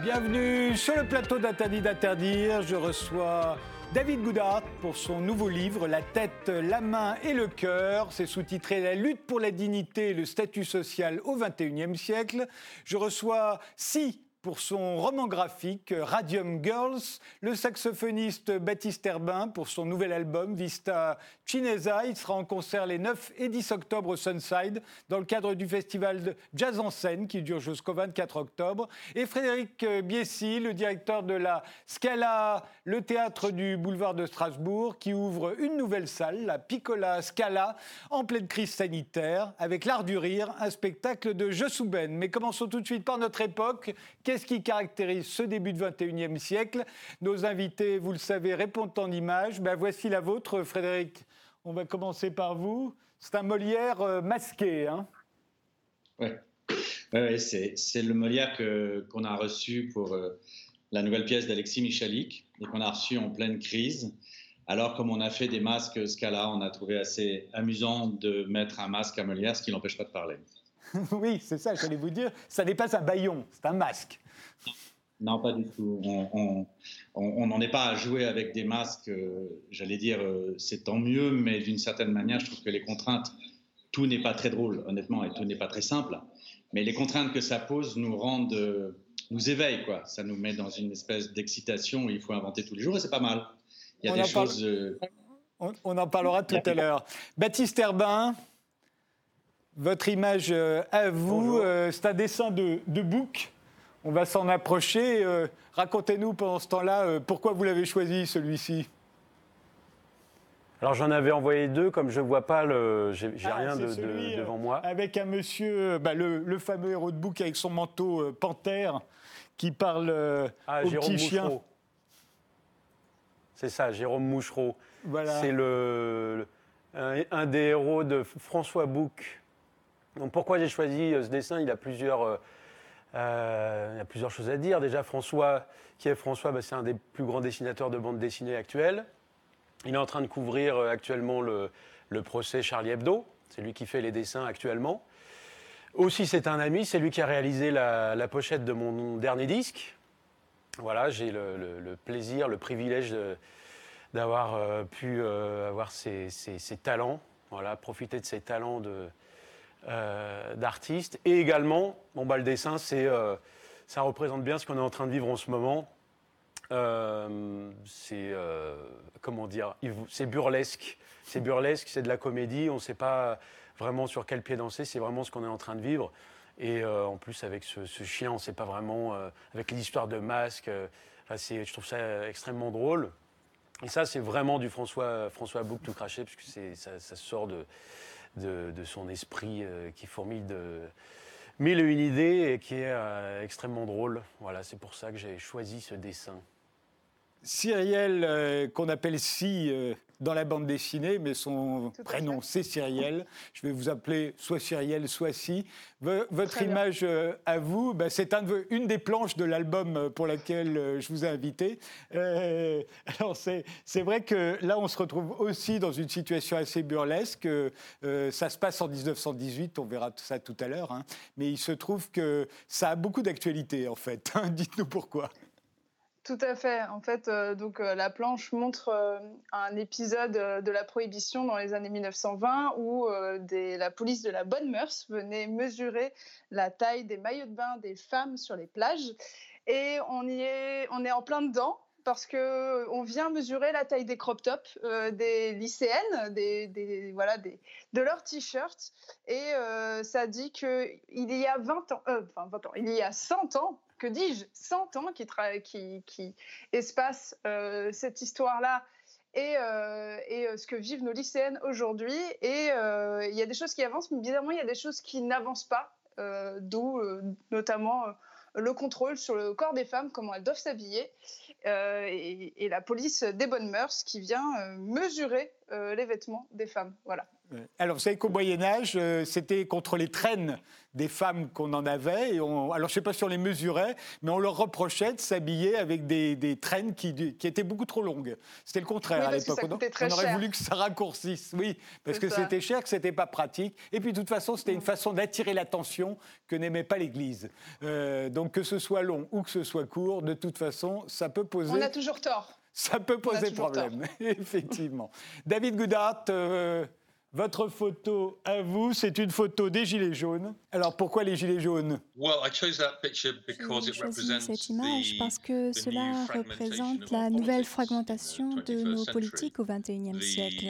Bienvenue sur le plateau d'Interdit d'interdire. Je reçois David Goudart pour son nouveau livre « La tête, la main et le cœur ». C'est sous-titré « La lutte pour la dignité et le statut social au XXIe siècle ». Je reçois pour son roman graphique Radium Girls, le saxophoniste Baptiste Herbin pour son nouvel album Vista Cinesa. Il sera en concert les 9 et 10 octobre au Sunside dans le cadre du festival de Jazz en scène qui dure jusqu'au 24 octobre. Et Frédéric Biessy, le directeur de la Scala, le théâtre du boulevard de Strasbourg, qui ouvre une nouvelle salle, la Piccola Scala, en pleine crise sanitaire, avec l'Art du rire, un spectacle de Je Souben. Mais commençons tout de suite par notre époque. Qu'est-ce qui caractérise ce début du XXIe siècle ? Nos invités, vous le savez, répondent en images. Voici la vôtre, Frédéric. On va commencer par vous. C'est un Molière masqué, hein ? Oui, c'est le Molière qu'on a reçu pour la nouvelle pièce d'Alexis Michalik et qu'on a reçu en pleine crise. Alors, comme on a fait des masques Scala, on a trouvé assez amusant de mettre un masque à Molière, ce qui ne l'empêche pas de parler. Oui, c'est ça, j'allais vous dire. Ça n'est pas un bâillon, c'est un masque. Non, pas du tout. On n'en est pas à jouer avec des masques, j'allais dire, c'est tant mieux, mais d'une certaine manière, je trouve que les contraintes, tout n'est pas très drôle, honnêtement, et tout n'est pas très simple. Mais les contraintes que ça pose nous éveillent, quoi. Ça nous met dans une espèce d'excitation où il faut inventer tous les jours, et c'est pas mal. Il y a des choses... On en parlera tout à l'heure. Baptiste Herbin, votre image à vous, c'est un dessin de Bouc. On va s'en approcher. Racontez-nous pendant ce temps-là pourquoi vous l'avez choisi, celui-ci. Alors j'en avais envoyé deux, comme je ne vois pas, j'ai rien devant moi. Avec un monsieur, le fameux héros de Bouc avec son manteau panthère qui parle au petit chien. Mouchereau. C'est ça, Jérôme Mouchereau. Voilà. C'est un des héros de François Bouc. Donc pourquoi j'ai choisi ce dessin ? Il y a plusieurs choses à dire. Déjà, François, c'est un des plus grands dessinateurs de bande dessinée actuels. Il est en train de couvrir actuellement le procès Charlie Hebdo. C'est lui qui fait les dessins actuellement. Aussi, c'est un ami. C'est lui qui a réalisé la pochette de mon dernier disque. Voilà, j'ai le plaisir, le privilège d'avoir pu avoir ses talents. Voilà, profiter de ses talents d'artiste. Et également, le dessin, ça représente bien ce qu'on est en train de vivre en ce moment. C'est burlesque. C'est burlesque, c'est de la comédie. On ne sait pas vraiment sur quel pied danser. C'est vraiment ce qu'on est en train de vivre. Et en plus, avec ce chien, on ne sait pas vraiment. Avec l'histoire de masque, je trouve ça extrêmement drôle. Et ça, c'est vraiment du François Bouc tout craché, parce que ça sort de son esprit qui fourmille de mille et une idées et qui est extrêmement drôle. Voilà, c'est pour ça que j'ai choisi ce dessin. Cyrielle, qu'on appelle dans la bande dessinée, mais son prénom c'est Cyrielle. Je vais vous appeler soit Cyrielle, soit Si. Votre image à vous, c'est une des planches de l'album pour laquelle je vous ai invité. Alors c'est vrai que là on se retrouve aussi dans une situation assez burlesque. Ça se passe en 1918, on verra ça tout à l'heure. Hein. Mais il se trouve que ça a beaucoup d'actualité en fait. Dites-nous pourquoi. Tout à fait. En fait, la planche montre un épisode de la Prohibition dans les années 1920 où la police de la bonne mœurs venait mesurer la taille des maillots de bain des femmes sur les plages. Et on est en plein dedans parce qu'on vient mesurer la taille des crop tops des lycéennes, de leurs t-shirts. Et ça dit qu'il y a 20 ans, il y a 100 ans, que dis-je, 100 ans qui espacent cette histoire-là et ce que vivent nos lycéennes aujourd'hui. Et il y a des choses qui avancent, mais bizarrement, il y a des choses qui n'avancent pas, d'où notamment le contrôle sur le corps des femmes, comment elles doivent s'habiller, et la police des bonnes mœurs qui vient mesurer les vêtements des femmes. Voilà. Alors, vous savez qu'au Moyen-Âge, c'était contre les traînes des femmes qu'on en avait. Alors, je ne sais pas si on les mesurait, mais on leur reprochait de s'habiller avec des traînes qui étaient beaucoup trop longues. C'était le contraire à l'époque. On aurait voulu que ça raccourcisse, oui, parce que c'était cher, que ce n'était pas pratique. Et puis, de toute façon, c'était une façon d'attirer l'attention que n'aimait pas l'Église. Donc, que ce soit long ou que ce soit court, de toute façon, ça peut poser... On a toujours tort. Ça peut poser problème, effectivement. David Goodhart... votre photo à vous, c'est une photo des Gilets jaunes. Alors pourquoi les Gilets jaunes ? J'ai choisi cette image parce que cela représente la nouvelle fragmentation de nos politiques au XXIe siècle.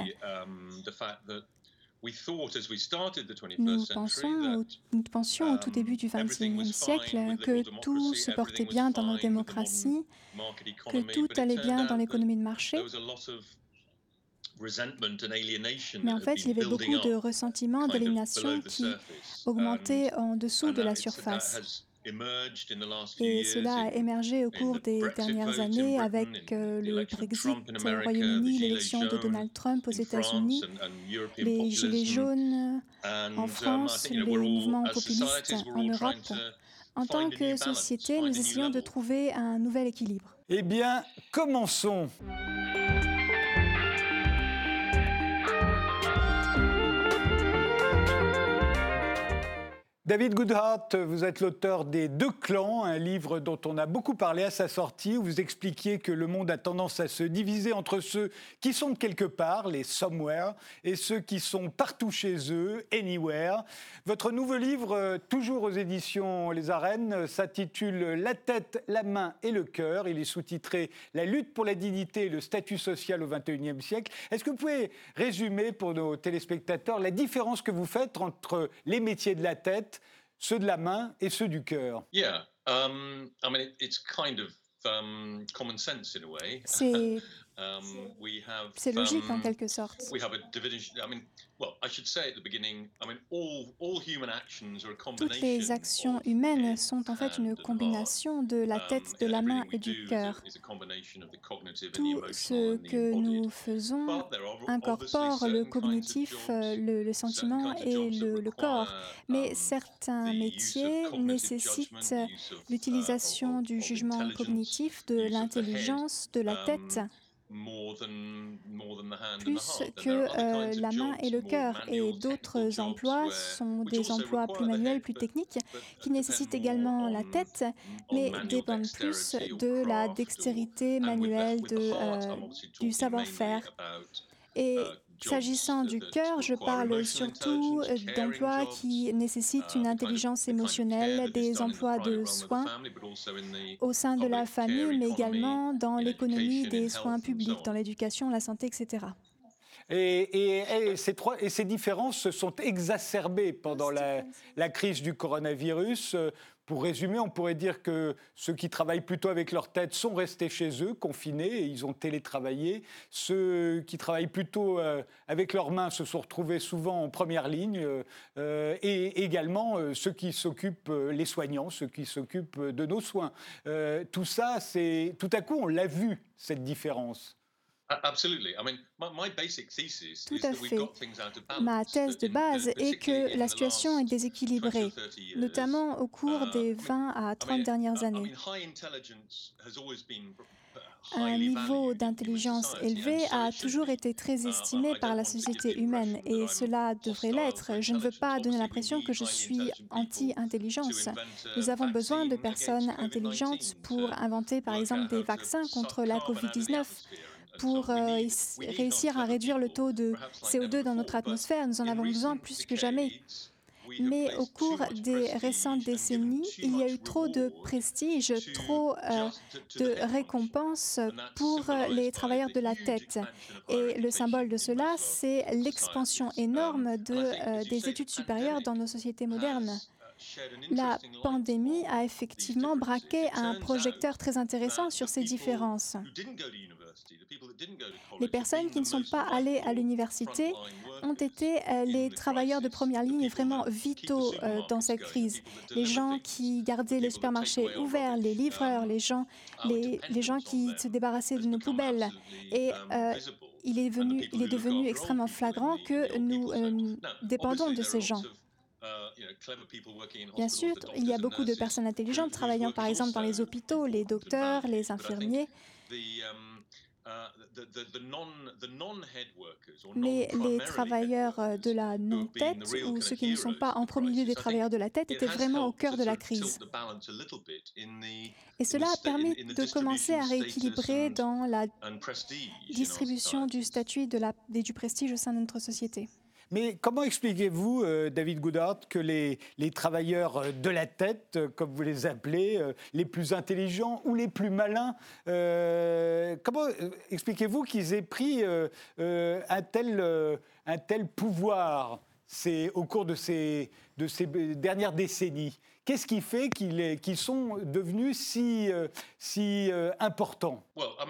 Nous pensions au tout début du XXIe siècle que tout se portait bien dans nos démocraties, que tout allait bien dans l'économie de marché. Mais en fait, il y avait beaucoup de ressentiment, d'aliénation qui augmentait en dessous de la surface. Et cela a émergé au cours des dernières années avec le Brexit au Royaume-Uni, l'élection de Donald Trump aux États-Unis, les Gilets jaunes en France, les mouvements populistes en Europe. En tant que société, nous essayons de trouver un nouvel équilibre. Eh bien, commençons. David Goodhart, vous êtes l'auteur des Deux clans, un livre dont on a beaucoup parlé à sa sortie, où vous expliquiez que le monde a tendance à se diviser entre ceux qui sont de quelque part, les somewhere, et ceux qui sont partout chez eux, anywhere. Votre nouveau livre, toujours aux éditions Les Arènes, s'intitule « La tête, la main et le cœur ». Il est sous-titré « La lutte pour la dignité et le statut social au XXIe siècle ». Est-ce que vous pouvez résumer pour nos téléspectateurs la différence que vous faites entre les métiers de la tête, ceux de la main et ceux du cœur? C'est logique en quelque sorte. Toutes les actions humaines sont en fait une combination de la tête, de la main et du cœur. Tout ce que nous faisons incorpore le cognitif, le sentiment et le corps. Mais certains métiers nécessitent l'utilisation du jugement cognitif, de l'intelligence, de la tête, plus que la main et le cœur. Et d'autres emplois sont des emplois plus manuels, plus techniques, qui nécessitent également la tête, mais dépendent plus de la dextérité manuelle, du savoir-faire. Et s'agissant du cœur, je parle surtout d'emplois qui nécessitent une intelligence émotionnelle, des emplois de soins au sein de la famille, mais également dans l'économie des soins publics, dans l'éducation, la santé, etc. Et ces différences se sont exacerbées pendant la crise du coronavirus. Pour résumer, on pourrait dire que ceux qui travaillent plutôt avec leur tête sont restés chez eux, confinés, et ils ont télétravaillé. Ceux qui travaillent plutôt avec leurs mains se sont retrouvés souvent en première ligne. Et également ceux qui s'occupent, les soignants, ceux qui s'occupent de nos soins. Tout ça, tout à coup, on l'a vu, cette différence. Tout à fait. Ma thèse de base est que la situation est déséquilibrée, notamment au cours des 20 à 30 dernières années. Un niveau d'intelligence élevé a toujours été très estimé par la société humaine et cela devrait l'être. Je ne veux pas donner l'impression que je suis anti-intelligence. Nous avons besoin de personnes intelligentes pour inventer par exemple des vaccins contre la COVID-19. Pour réussir à réduire le taux de CO2 dans notre atmosphère, nous en avons besoin plus que jamais. Mais au cours des récentes décennies, il y a eu trop de prestige, trop de récompenses pour les travailleurs de la tête. Et le symbole de cela, c'est l'expansion énorme des études supérieures dans nos sociétés modernes. La pandémie a effectivement braqué un projecteur très intéressant sur ces différences. Les personnes qui ne sont pas allées à l'université ont été les travailleurs de première ligne vraiment vitaux dans cette crise. Les gens qui gardaient les supermarchés ouverts, les livreurs, les gens qui se débarrassaient de nos poubelles. Et il est devenu extrêmement flagrant que nous dépendons de ces gens. Bien sûr, il y a beaucoup de personnes intelligentes travaillant par exemple dans les hôpitaux, les docteurs, les infirmiers. Mais les travailleurs de la non-tête, ou ceux qui ne sont pas en premier lieu des travailleurs de la tête, étaient vraiment au cœur de la crise. Et cela a permis de commencer à rééquilibrer dans la distribution du statut et du prestige au sein de notre société. Mais comment expliquez-vous, David Goodhart, que les travailleurs de la tête, comme vous les appelez, les plus intelligents ou les plus malins, comment expliquez-vous qu'ils aient pris un tel pouvoir au cours de ces dernières décennies? Qu'est-ce qui fait qu'ils sont devenus si importants?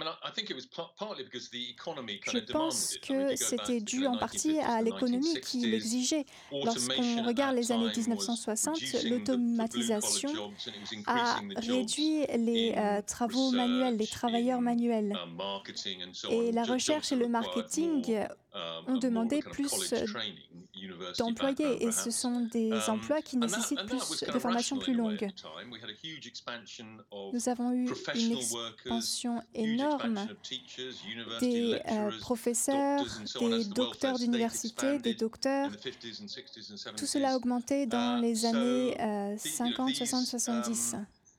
Je pense que c'était dû en partie à l'économie qui l'exigeait. Lorsqu'on regarde les années 1960, l'automatisation a réduit les travaux manuels, les travailleurs manuels. Et la recherche et le marketing ont demandé plus d'employés, et ce sont des emplois qui nécessitent plus de formation plus longue. Nous avons eu une expansion énorme des professeurs, des docteurs d'université, des docteurs. Tout cela a augmenté dans les années 50, 60, 70.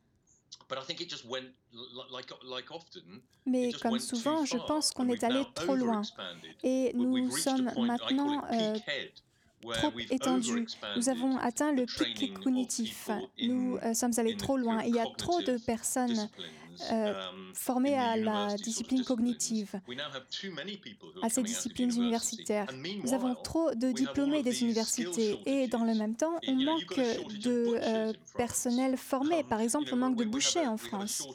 Mais comme souvent, je pense qu'on est allé trop loin. Et nous sommes maintenant trop étendus. Nous avons atteint le pic cognitif. Nous sommes allés trop loin. Il y a trop de personnes formées à la discipline cognitive, à ces disciplines universitaires. Nous avons trop de diplômés des universités et dans le même temps, on manque de personnel formé. Par exemple, on manque de bouchers en France.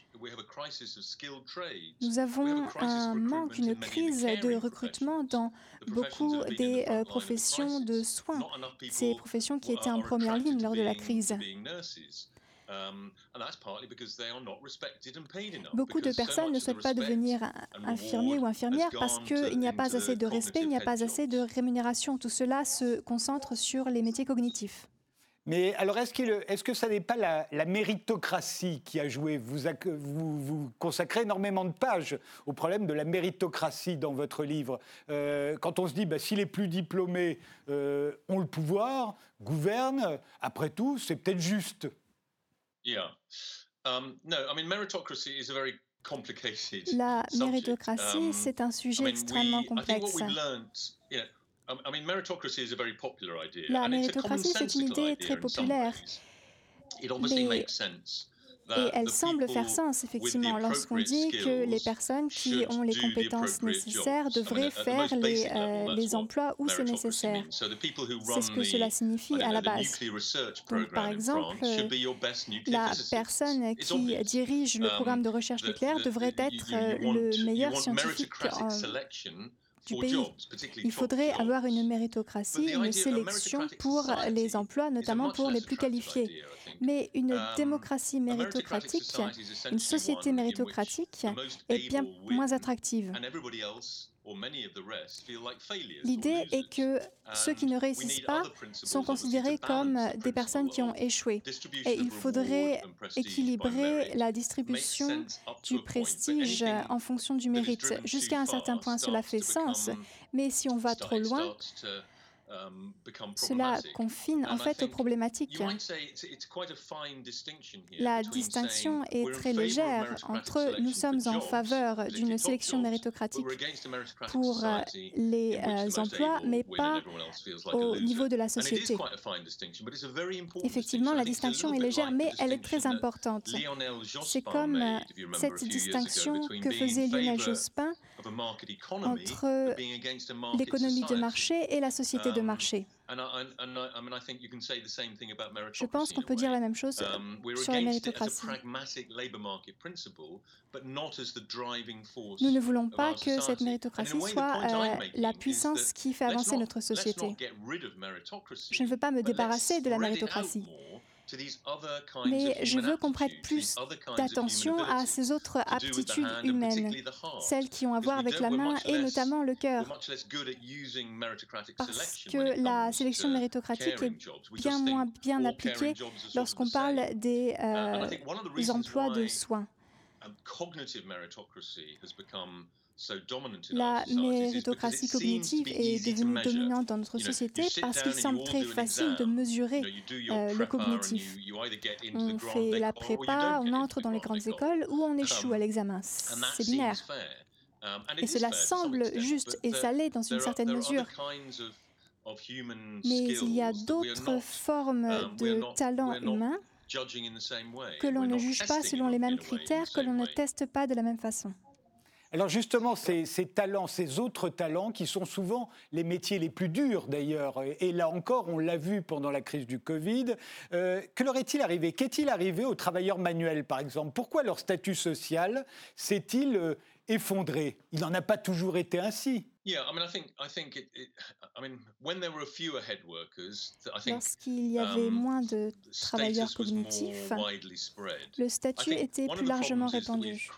Nous avons un manque, une crise de recrutement dans beaucoup des professions de soins, ces professions qui étaient en première ligne lors de la crise. Beaucoup de personnes ne souhaitent pas devenir infirmiers ou infirmières parce qu'il n'y a pas assez de respect, il n'y a pas assez de rémunération. Tout cela se concentre sur les métiers cognitifs. Mais alors, est-ce que ça n'est pas la méritocratie qui a joué? Vous consacrez énormément de pages au problème de la méritocratie dans votre livre. Quand on se dit, si les plus diplômés ont le pouvoir, gouvernent, après tout, c'est peut-être juste. La méritocratie, c'est un sujet extrêmement complexe. La méritocratie, c'est une idée très populaire. Et elle semble faire sens, effectivement, lorsqu'on dit que les personnes qui ont les compétences nécessaires devraient faire les emplois où c'est nécessaire. C'est ce que cela signifie à la base. Donc, par exemple, la personne qui dirige le programme de recherche nucléaire devrait être le meilleur scientifique du pays. Il faudrait avoir une méritocratie, une sélection pour les emplois, notamment pour les plus qualifiés. Mais une démocratie méritocratique, une société méritocratique est bien moins attractive. L'idée est que ceux qui ne réussissent pas sont considérés comme des personnes qui ont échoué. Et il faudrait équilibrer la distribution du prestige en fonction du mérite. Jusqu'à un certain point, cela fait sens. Mais si on va trop loin, cela confine en fait aux problématiques. La distinction est très légère entre nous sommes en faveur d'une sélection méritocratique pour les emplois, mais pas au niveau de la société. Effectivement, la distinction est légère, mais elle est très importante. C'est comme cette distinction que faisait Lionel Jospin entre l'économie de marché et la société de marché. Je pense qu'on peut dire la même chose sur la méritocratie. Nous ne voulons pas que cette méritocratie soit la puissance qui fait avancer notre société. Je ne veux pas me débarrasser de la méritocratie. Mais je veux qu'on prête plus d'attention à ces autres aptitudes humaines, celles qui ont à voir avec la main et notamment le cœur. Parce que la sélection méritocratique est bien moins bien appliquée lorsqu'on parle des emplois de soins. La méritocratie cognitive est devenue dominante dans notre société parce qu'il semble très facile de mesurer le cognitif. On fait la prépa, on entre dans les grandes écoles ou on échoue à l'examen. C'est binaire. Et cela semble juste, et ça l'est dans une certaine mesure. Mais il y a d'autres formes de talents humains que l'on ne juge pas selon les mêmes critères, que l'on ne teste pas de la même façon. Alors justement, ces talents, ces autres talents qui sont souvent les métiers les plus durs d'ailleurs, et là encore, on l'a vu pendant la crise du Covid, que leur est-il arrivé? Qu'est-il arrivé aux travailleurs manuels par exemple? Pourquoi leur statut social s'est-il effondré? Il n'en a pas toujours été ainsi. Lorsqu'il y avait moins de travailleurs cognitifs, le statut était plus largement répandu.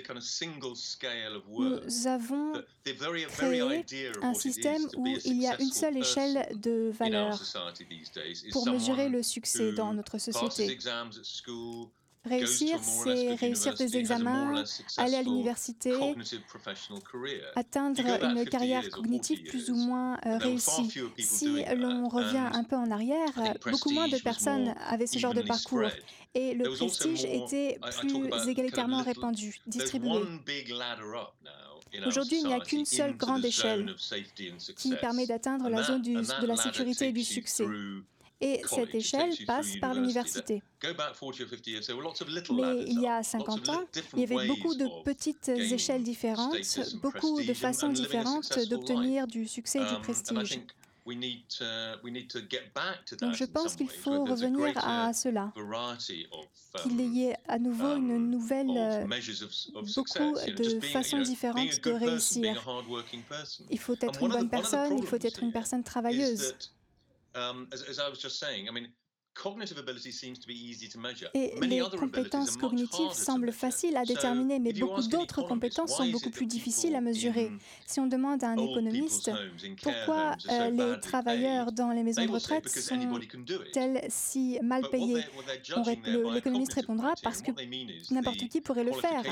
Nous avons créé un système où il y a une seule échelle de valeur pour mesurer le succès dans notre société. Réussir, c'est réussir des examens, aller à l'université, atteindre une carrière cognitive plus ou moins réussie. Si l'on revient un peu en arrière, beaucoup moins de personnes avaient ce genre de parcours et le prestige était plus égalitairement répandu, distribué. Aujourd'hui, il n'y a qu'une seule grande échelle qui permet d'atteindre la zone de la sécurité et du succès. Et cette échelle passe par l'université. Mais il y a 50 ans, il y avait beaucoup de petites échelles différentes, beaucoup de façons différentes d'obtenir du succès et du prestige. Donc je pense qu'il faut revenir à cela, qu'il y ait à nouveau une nouvelle, beaucoup de façons différentes de réussir. Il faut être une bonne personne, il faut être une personne travailleuse. Et les compétences cognitives semblent faciles à déterminer, mais beaucoup d'autres compétences sont beaucoup plus difficiles à mesurer. Si on demande à un économiste pourquoi les travailleurs dans les maisons de retraite sont-elles si mal payés, l'économiste répondra parce que n'importe qui pourrait le faire.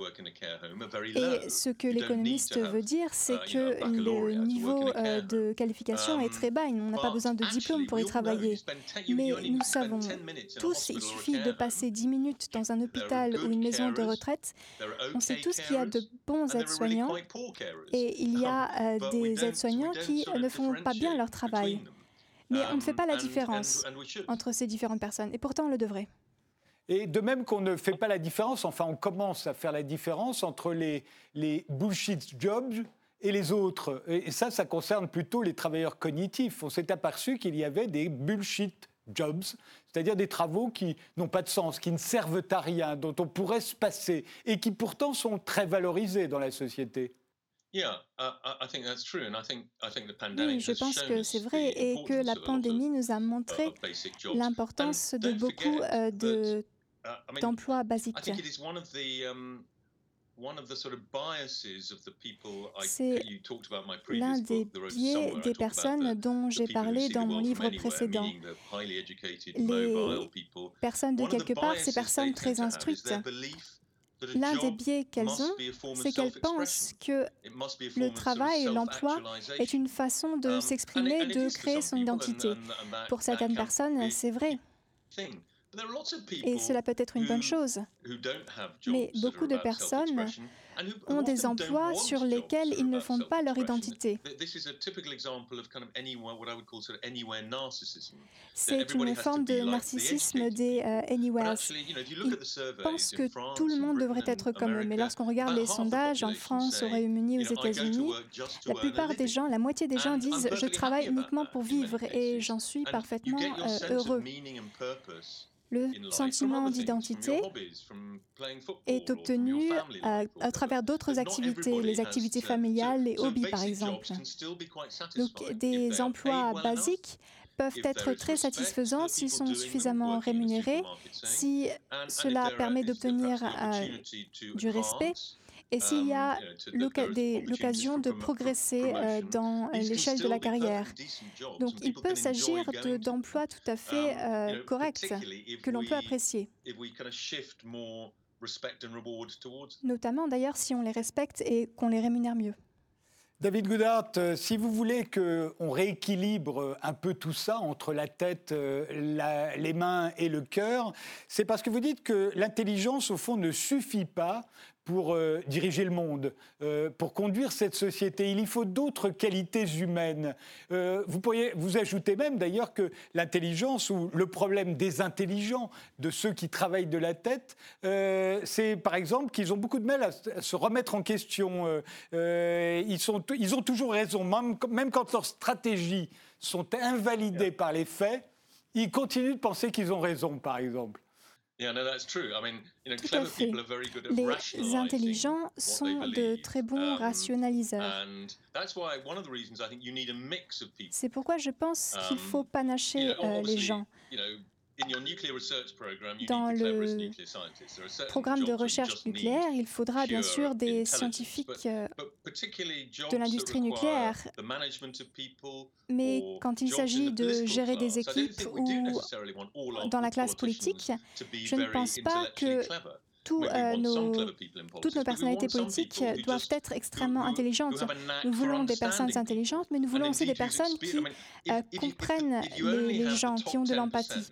Et ce que l'économiste veut dire, c'est que le niveau de qualification est très bas. On n'a pas besoin de diplôme pour y travailler. Mais nous savons tous, il suffit de passer 10 minutes dans un hôpital ou une maison de retraite. On sait tous qu'il y a de bons aides-soignants et il y a des aides-soignants qui ne font pas bien leur travail. Mais on ne fait pas la différence entre ces différentes personnes et pourtant on le devrait. Et de même qu'on ne fait pas la différence, enfin on commence à faire la différence entre les bullshit jobs et les autres. Et ça concerne plutôt les travailleurs cognitifs. On s'est aperçu qu'il y avait des bullshit jobs, c'est-à-dire des travaux qui n'ont pas de sens, qui ne servent à rien, dont on pourrait se passer, et qui pourtant sont très valorisés dans la société. Oui, je pense que c'est vrai et que la pandémie nous a montré l'importance de beaucoup d'emplois basiques. C'est l'un des biais des personnes dont j'ai parlé dans mon livre précédent. Les personnes de quelque part, ces personnes très instruites, l'un des biais qu'elles ont, c'est qu'elles pensent que le travail, l'emploi, est une façon de s'exprimer, de créer son identité. Pour certaines personnes, c'est vrai. Et cela peut être une bonne chose. Mais beaucoup de personnes ont des emplois sur lesquels ils ne font pas leur identité. C'est une forme de narcissisme des Anywheres. Ils pensent que tout le monde devrait être comme eux. Mais lorsqu'on regarde les sondages en France, au Royaume-Uni, aux États-Unis, la plupart des gens, la moitié des gens disent « je travaille uniquement pour vivre » et j'en suis parfaitement heureux. Le sentiment d'identité est obtenu à travers d'autres activités, les activités familiales, les hobbies par exemple. Donc des emplois basiques peuvent être très satisfaisants s'ils sont suffisamment rémunérés, si cela permet d'obtenir du respect et s'il y a l'occasion de progresser dans l'échelle de la carrière. Donc il peut s'agir d'emplois tout à fait corrects que l'on peut apprécier. Notamment d'ailleurs si on les respecte et qu'on les rémunère mieux. David Goodhart, si vous voulez qu'on rééquilibre un peu tout ça entre la tête, les mains et le cœur, c'est parce que vous dites que l'intelligence, au fond, ne suffit pas pour diriger le monde, pour conduire cette société. Il y faut d'autres qualités humaines. Vous pourriez vous ajouter même d'ailleurs que l'intelligence ou le problème des intelligents, de ceux qui travaillent de la tête, c'est par exemple qu'ils ont beaucoup de mal à se remettre en question. Ils ont toujours raison, même quand leurs stratégies sont invalidées par les faits, ils continuent de penser qu'ils ont raison, par exemple. Tout à fait. Les intelligents sont de très bons rationaliseurs. C'est pourquoi je pense qu'il faut panacher les gens. Dans le programme de recherche nucléaire, il faudra bien sûr des scientifiques de l'industrie nucléaire. Mais quand il s'agit de gérer des équipes ou dans la classe politique, je ne pense pas que toutes nos personnalités politiques doivent être extrêmement intelligentes. Nous voulons des personnes intelligentes, mais nous voulons aussi des personnes qui comprennent les gens, qui ont de l'empathie.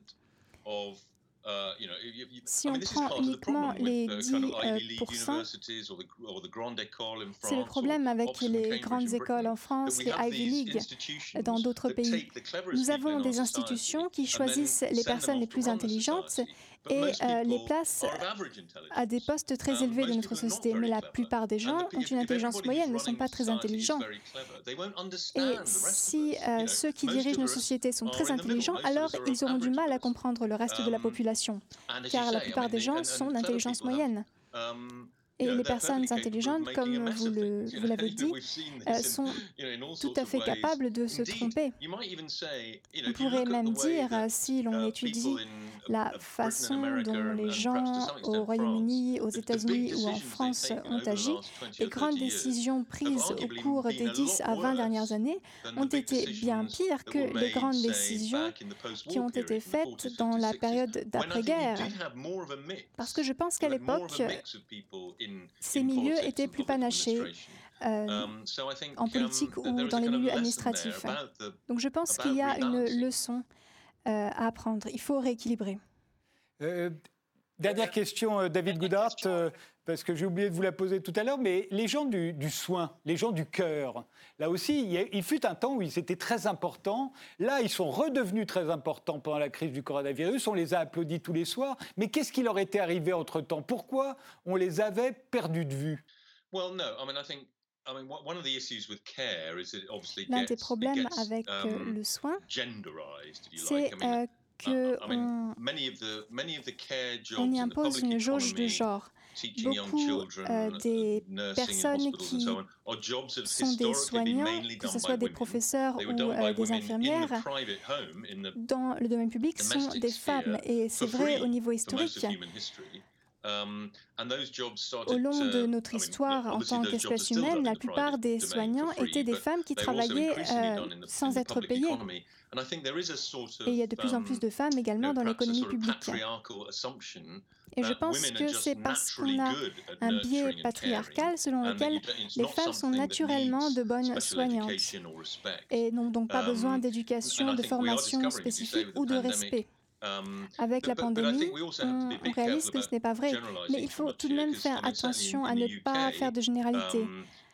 Si on prend uniquement les 10%, c'est le problème avec les grandes écoles en France, les Ivy League, dans d'autres pays. Nous avons des institutions qui choisissent les personnes les plus intelligentes et les placent à des postes très élevés de notre société. Mais la plupart des gens ont une intelligence moyenne, ne sont pas très intelligents. Et si ceux qui dirigent nos sociétés sont très intelligents, alors ils auront du mal à comprendre le reste de la population, car la plupart des gens sont d'intelligence moyenne. Et les personnes intelligentes, comme vous l'avez dit, sont tout à fait capables de se tromper. On pourrait même dire, si l'on étudie la façon dont les gens au Royaume-Uni, aux États-Unis ou en France ont agi, les grandes décisions prises au cours des 10 à 20 dernières années ont été bien pires que les grandes décisions qui ont été faites dans la période d'après-guerre. Parce que je pense qu'à l'époque, ces milieux étaient plus panachés en politique ou dans les milieux administratifs. Donc je pense qu'il y a une leçon à apprendre. Il faut rééquilibrer. Dernière question, David Goodhart, parce que j'ai oublié de vous la poser tout à l'heure, mais les gens du soin, les gens du cœur, là aussi, il fut un temps où ils étaient très importants. Là, ils sont redevenus très importants pendant la crise du coronavirus. On les a applaudis tous les soirs. Mais qu'est-ce qui leur était arrivé entre-temps? Pourquoi on les avait perdus de vue? L'un des problèmes avec le soin, c'est qu'on y impose une jauge de genre. Beaucoup des personnes qui sont des soignants, que ce soit des professeurs ou des infirmières, dans le domaine public sont des femmes. Et c'est vrai au niveau historique. Au long de notre histoire en tant qu'espèce humaine, la plupart des soignants étaient des femmes qui travaillaient sans être payées. Et il y a de plus en plus de femmes également dans l'économie publique. Et je pense que c'est parce qu'on a un biais patriarcal selon lequel les femmes sont naturellement de bonnes soignantes et n'ont donc pas besoin d'éducation, de formation spécifique ou de respect. Avec la pandémie, on réalise que ce n'est pas vrai, mais il faut tout de même faire attention à ne pas faire de généralité.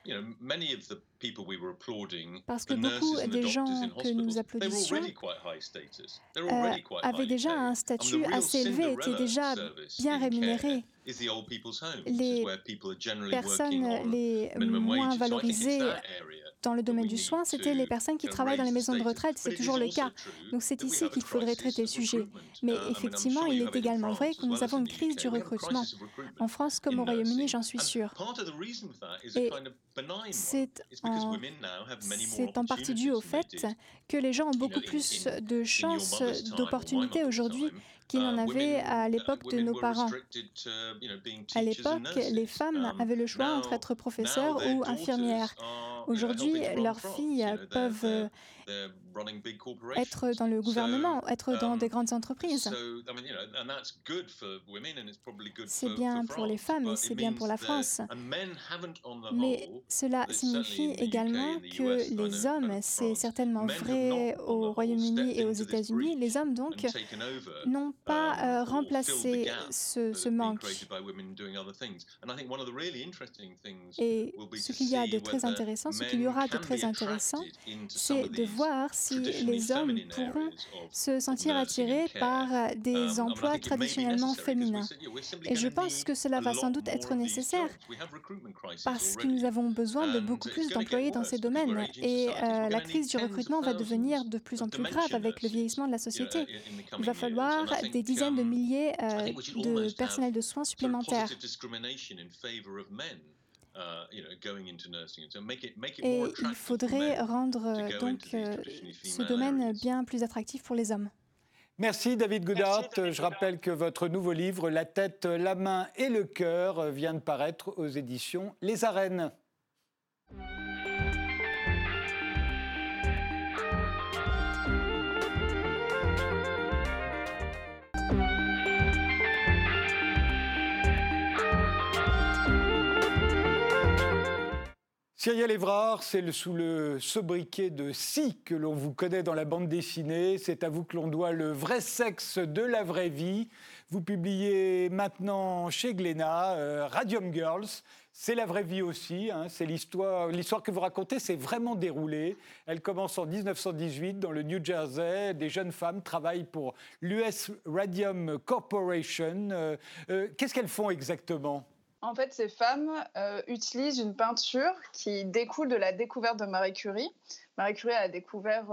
Parce que beaucoup des gens que nous applaudissions avaient déjà un statut assez élevé, étaient déjà bien rémunérés. Les personnes les moins valorisées dans le domaine du soin, c'était les personnes qui travaillent dans les maisons de retraite. C'est toujours le cas. Donc c'est ici qu'il faudrait traiter le sujet. Mais effectivement, il est également vrai que nous avons une crise du recrutement. En France comme au Royaume-Uni, j'en suis sûre. Et c'est c'est en partie dû au fait que les gens ont beaucoup plus de chances, d'opportunités aujourd'hui qu'ils n'en avaient à l'époque de nos parents. À l'époque, les femmes avaient le choix entre être professeurs ou infirmières. Aujourd'hui, leurs filles peuvent être dans le gouvernement, être dans des grandes entreprises. C'est bien pour les femmes et c'est bien pour la France. Mais cela signifie également que les hommes, c'est certainement vrai au Royaume-Uni et aux États-Unis, les hommes donc n'ont pas remplacé ce manque. Et ce qu'il y a de très intéressant, ce qu'il y aura de très intéressant, c'est de voir si les hommes pourront se sentir attirés par des emplois traditionnellement féminins. Et je pense que cela va sans doute être nécessaire parce que nous avons besoin de beaucoup plus d'employés dans ces domaines. Et la crise du recrutement va devenir de plus en plus grave avec le vieillissement de la société. Il va falloir des dizaines de milliers de personnels de soins supplémentaires. Et il faudrait rendre donc ce domaine bien plus attractif pour les hommes. Merci David Goodhart. Je rappelle que votre nouveau livre, La tête, la main et le cœur, vient de paraître aux éditions Les Arènes. Cyrielle Evrard, c'est sous le sobriquet de Si que l'on vous connaît dans la bande dessinée. C'est à vous que l'on doit le vrai sexe de la vraie vie. Vous publiez maintenant chez Glénat Radium Girls. C'est la vraie vie aussi. C'est l'histoire que vous racontez, c'est vraiment déroulé. Elle commence en 1918 dans le New Jersey. Des jeunes femmes travaillent pour l'US Radium Corporation. Qu'est-ce qu'elles font exactement ? En fait, ces femmes utilisent une peinture qui découle de la découverte de Marie Curie. Marie Curie a découvert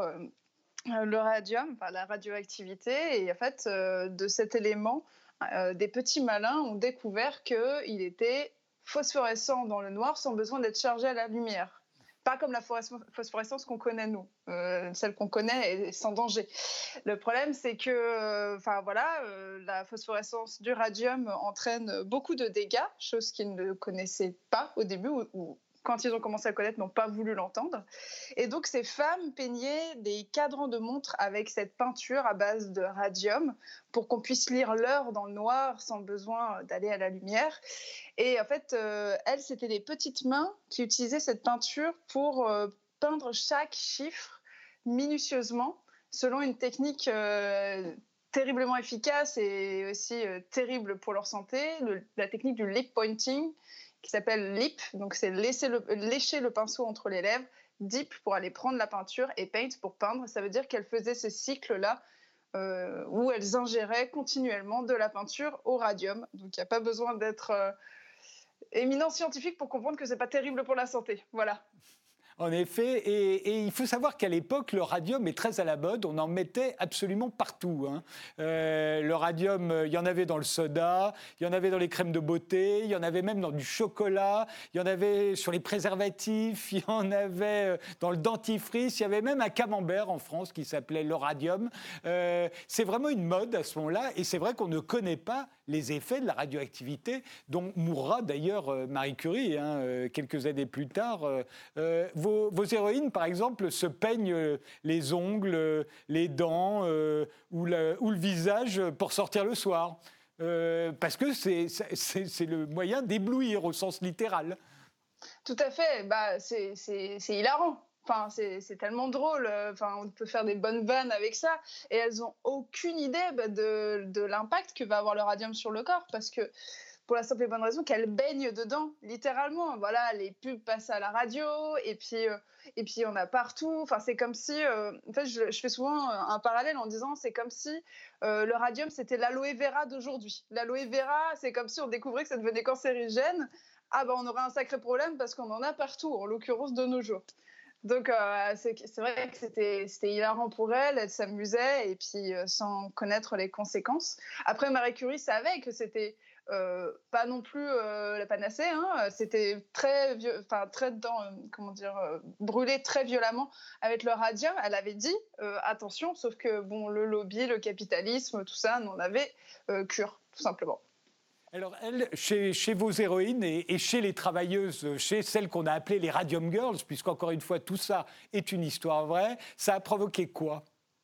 le radium, enfin, la radioactivité, et en fait, de cet élément, des petits malins ont découvert qu'il était phosphorescent dans le noir sans besoin d'être chargé à la lumière. Pas comme la phosphorescence qu'on connaît, nous. Celle qu'on connaît est sans danger. Le problème, c'est que la phosphorescence du radium entraîne beaucoup de dégâts, chose qu'ils ne connaissaient pas au début, ou quand ils ont commencé à le connaître, n'ont pas voulu l'entendre. Et donc, ces femmes peignaient des cadrans de montres avec cette peinture à base de radium pour qu'on puisse lire l'heure dans le noir sans besoin d'aller à la lumière. Et en fait, elles, c'était des petites mains qui utilisaient cette peinture pour peindre chaque chiffre minutieusement, selon une technique terriblement efficace et aussi terrible pour leur santé, la technique du lip pointing, qui s'appelle lip, donc c'est lécher le pinceau entre les lèvres, dip pour aller prendre la peinture et paint pour peindre. Ça veut dire qu'elles faisaient ce cycle-là où elles ingéraient continuellement de la peinture au radium. Donc il n'y a pas besoin d'être éminent scientifique pour comprendre que c'est pas terrible pour la santé. Voilà. En effet, et il faut savoir qu'à l'époque, le radium est très à la mode, on en mettait absolument partout. Le radium, il y en avait dans le soda, il y en avait dans les crèmes de beauté, il y en avait même dans du chocolat, il y en avait sur les préservatifs, il y en avait dans le dentifrice, il y avait même un camembert en France qui s'appelait le radium. C'est vraiment une mode à ce moment-là, et c'est vrai qu'on ne connaît pas les effets de la radioactivité, dont mourra d'ailleurs Marie Curie quelques années plus tard. Vos héroïnes, par exemple, se peignent les ongles, les dents ou le visage pour sortir le soir. Parce que c'est le moyen d'éblouir au sens littéral. Tout à fait. C'est hilarant. Enfin, c'est tellement drôle. Enfin, on peut faire des bonnes vannes avec ça. Et elles n'ont aucune idée de l'impact que va avoir le radium sur le corps. Parce que pour la simple et bonne raison qu'elles baignent dedans, littéralement. Voilà, les pubs passent à la radio, et puis il y en a partout. Enfin, c'est comme si... en fait, je fais souvent un parallèle en disant c'est comme si le radium, c'était l'aloe vera d'aujourd'hui. L'aloe vera, c'est comme si on découvrait que ça devenait cancérigène. Ah ben, on aurait un sacré problème parce qu'on en a partout, en l'occurrence de nos jours. Donc, c'est vrai que c'était hilarant pour elle s'amusait, et puis sans connaître les conséquences. Après, Marie Curie savait que c'était pas non plus la panacée, hein. C'était très brûlé très violemment avec le radium. Elle avait dit attention, sauf que bon, le lobby, le capitalisme, tout ça n'en avait cure, tout simplement. Alors, elle, chez vos héroïnes et chez les travailleuses, chez celles qu'on a appelées les Radium Girls, puisqu'encore une fois, tout ça est une histoire vraie, ça a provoqué quoi ?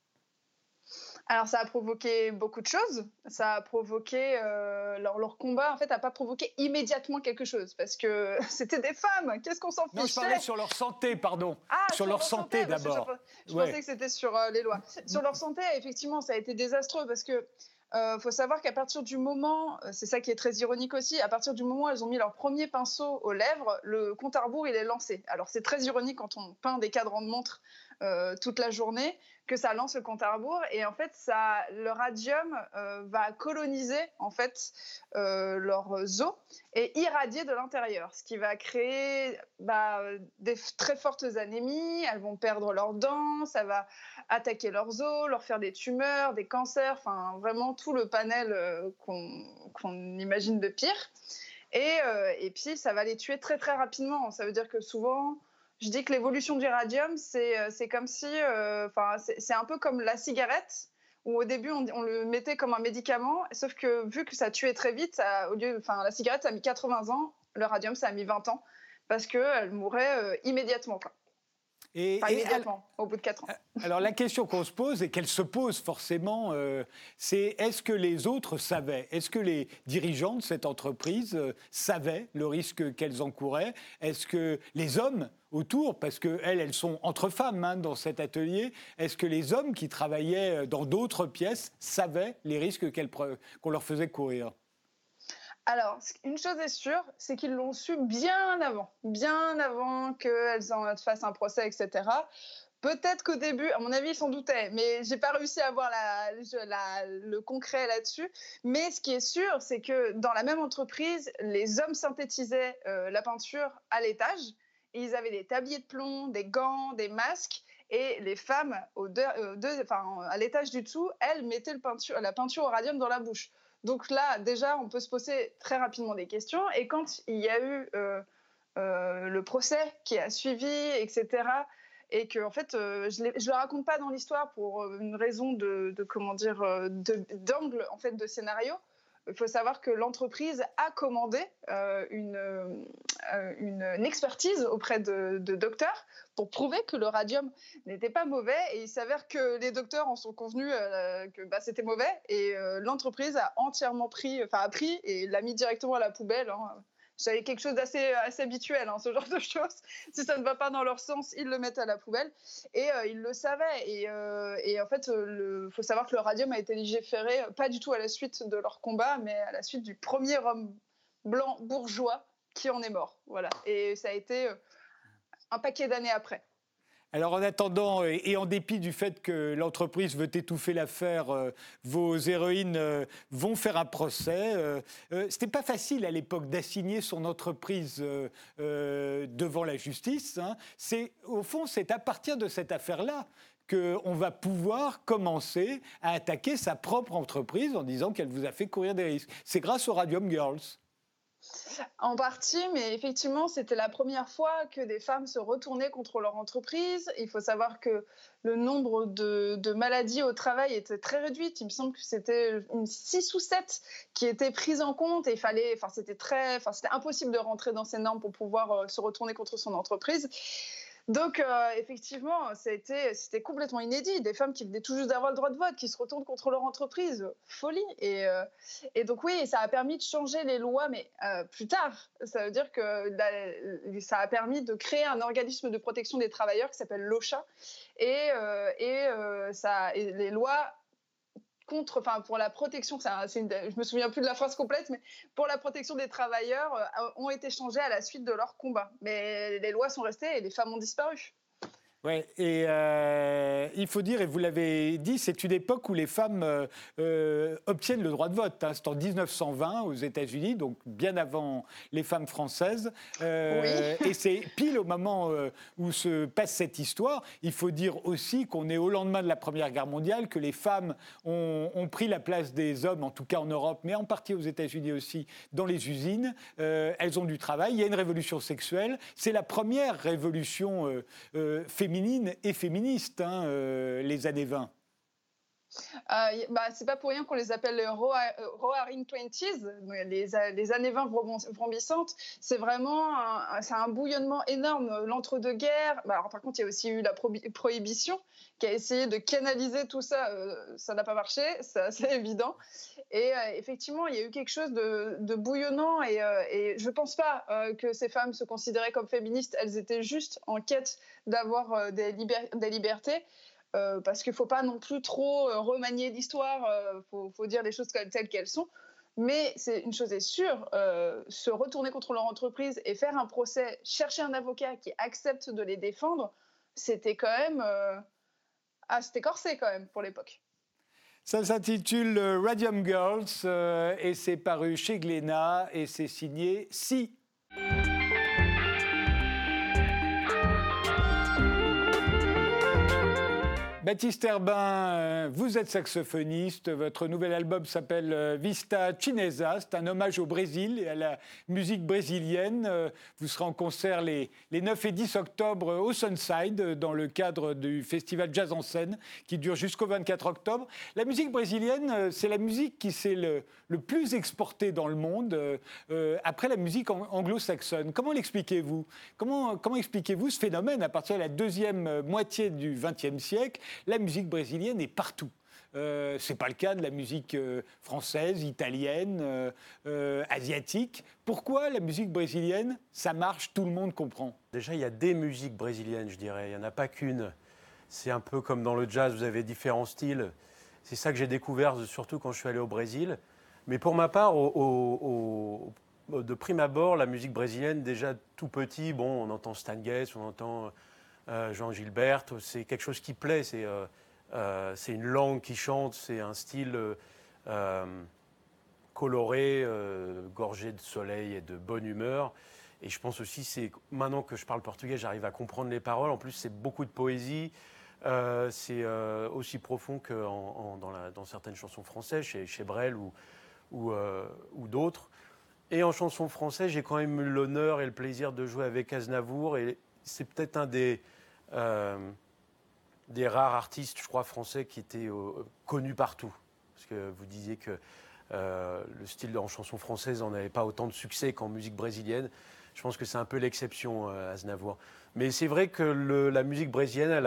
Alors, ça a provoqué beaucoup de choses. Ça a provoqué leur combat, en fait, n'a pas provoqué immédiatement quelque chose, parce que c'était des femmes. Qu'est-ce qu'on s'en fichait ? Non, je parlais sur leur santé, pardon. Sur leur santé, d'abord. Je pensais que c'était sur les lois. Sur leur santé, effectivement, ça a été désastreux, parce que faut savoir qu'à partir du moment, c'est ça qui est très ironique aussi, à partir du moment où elles ont mis leur premier pinceau aux lèvres, le compte à rebours, il est lancé. Alors, c'est très ironique quand on peint des cadrans de montre toute la journée, que ça lance le compte à rebours. Et en fait, le radium va coloniser en fait, leurs os et irradier de l'intérieur, ce qui va créer des très fortes anémies. Elles vont perdre leurs dents, ça va attaquer leurs os, leur faire des tumeurs, des cancers, enfin vraiment tout le panel qu'on imagine de pire. Et puis, ça va les tuer très, très rapidement. Ça veut dire que souvent... Je dis que l'évolution du radium, c'est comme si... c'est un peu comme la cigarette, où au début, on le mettait comme un médicament, sauf que vu que ça tuait très vite, la cigarette, ça a mis 80 ans, le radium, ça a mis 20 ans, parce qu'elle mourait immédiatement, quoi. Immédiatement, au bout de 4 ans. Alors, la question qu'on se pose, et qu'elle se pose forcément, c'est est-ce que les autres savaient ? Est-ce que les dirigeants de cette entreprise savaient le risque qu'elles encouraient ? Est-ce que les hommes autour, parce qu'elles sont entre femmes dans cet atelier, est-ce que les hommes qui travaillaient dans d'autres pièces savaient les risques qu'on leur faisait courir ? Alors, une chose est sûre, c'est qu'ils l'ont su bien avant qu'elles en fassent un procès, etc. Peut-être qu'au début, à mon avis, ils s'en doutaient, mais j'ai pas réussi à avoir le concret là-dessus. Mais ce qui est sûr, c'est que dans la même entreprise, les hommes synthétisaient la peinture à l'étage. Et ils avaient des tabliers de plomb, des gants, des masques. Et les femmes, à l'étage du dessous, elles mettaient la peinture au radium dans la bouche. Donc là, déjà, on peut se poser très rapidement des questions. Et quand il y a eu le procès qui a suivi, etc., et que en fait, je le raconte pas dans l'histoire pour une raison d'angle en fait de scénario. Il faut savoir que l'entreprise a commandé une expertise auprès de docteurs pour prouver que le radium n'était pas mauvais. Et il s'avère que les docteurs en sont convenus que c'était mauvais. Et l'entreprise a entièrement pris et l'a mis directement à la poubelle. C'est quelque chose d'assez habituel, ce genre de choses. Si ça ne va pas dans leur sens, ils le mettent à la poubelle. Et ils le savaient. Et en fait, faut savoir que le radium a été légiféré, pas du tout à la suite de leur combat, mais à la suite du premier homme blanc bourgeois qui en est mort. Voilà. Et ça a été un paquet d'années après. Alors en attendant, et en dépit du fait que l'entreprise veut étouffer l'affaire, vos héroïnes vont faire un procès. C'était pas facile à l'époque d'assigner son entreprise devant la justice. Au fond, c'est à partir de cette affaire-là qu'on va pouvoir commencer à attaquer sa propre entreprise en disant qu'elle vous a fait courir des risques. C'est grâce aux Radium Girls. En partie, mais effectivement, c'était la première fois que des femmes se retournaient contre leur entreprise. Il faut savoir que le nombre de maladies au travail était très réduit. Il me semble que c'était 6 ou 7 qui étaient prises en compte et c'était impossible de rentrer dans ces normes pour pouvoir se retourner contre son entreprise. Donc, effectivement, c'était complètement inédit. Des femmes qui venaient tout juste d'avoir le droit de vote, qui se retournent contre leur entreprise. Folie. Et donc, oui, ça a permis de changer les lois, mais plus tard. Ça veut dire que ça a permis de créer un organisme de protection des travailleurs qui s'appelle l'OSHA. Et les lois pour la protection, je me souviens plus de la phrase complète, mais pour la protection des travailleurs ont été changées à la suite de leur combat. Mais les lois sont restées et les femmes ont disparu. Ouais, et il faut dire, et vous l'avez dit, c'est une époque où les femmes obtiennent le droit de vote. Hein. C'est en 1920 aux États-Unis, donc bien avant les femmes françaises. Oui. Et c'est pile au moment où se passe cette histoire. Il faut dire aussi qu'on est au lendemain de la Première Guerre mondiale, que les femmes ont pris la place des hommes, en tout cas en Europe, mais en partie aux États-Unis aussi, dans les usines. Elles ont du travail. Il y a une révolution sexuelle. C'est la première révolution féminine et féministe, hein, les années 20. C'est pas pour rien qu'on les appelle les Roaring Twenties, les années 20 vrombissantes. C'est vraiment c'est un bouillonnement énorme. L'entre-deux-guerres. Alors, par contre, il y a aussi eu la prohibition qui a essayé de canaliser tout ça. Ça n'a pas marché, c'est évident. Et effectivement, il y a eu quelque chose de bouillonnant. Et je ne pense pas que ces femmes se considéraient comme féministes. Elles étaient juste en quête d'avoir des libertés. Parce qu'il ne faut pas non plus trop remanier l'histoire, faut dire les choses telles qu'elles sont. Mais une chose est sûre, se retourner contre leur entreprise et faire un procès, chercher un avocat qui accepte de les défendre, c'était quand même c'était corsé quand même pour l'époque. Ça s'intitule Radium Girls et c'est paru chez Glénat et c'est signé Si. Baptiste Herbin, vous êtes saxophoniste. Votre nouvel album s'appelle Vista Chinesa. C'est un hommage au Brésil et à la musique brésilienne. Vous serez en concert les 9 et 10 octobre au Sunside dans le cadre du festival Jazz en scène qui dure jusqu'au 24 octobre. La musique brésilienne, c'est la musique qui s'est le plus exportée dans le monde après la musique anglo-saxonne. Comment l'expliquez-vous ? Comment expliquez-vous ce phénomène à partir de la deuxième moitié du XXe siècle ? La musique brésilienne est partout. Ce n'est pas le cas de la musique française, italienne, asiatique. Pourquoi la musique brésilienne, ça marche, tout le monde comprend ? Déjà, il y a des musiques brésiliennes, je dirais. Il n'y en a pas qu'une. C'est un peu comme dans le jazz, vous avez différents styles. C'est ça que j'ai découvert, surtout quand je suis allé au Brésil. Mais pour ma part, de prime abord, la musique brésilienne, déjà tout petit, bon, on entend Stan Getz, on entend Jean Gilberto, c'est quelque chose qui plaît, c'est une langue qui chante, c'est un style coloré, gorgé de soleil et de bonne humeur. Et je pense aussi, maintenant que je parle portugais, j'arrive à comprendre les paroles. En plus, c'est beaucoup de poésie. C'est aussi profond que dans certaines chansons françaises, chez Brel ou d'autres. Et en chanson française, j'ai quand même eu l'honneur et le plaisir de jouer avec Aznavour. Et c'est peut-être un des rares artistes, je crois, français qui était connu partout. Parce que vous disiez que le style en chanson française n'en avait pas autant de succès qu'en musique brésilienne. Je pense que c'est un peu l'exception, Aznavour. Mais c'est vrai que la musique brésilienne,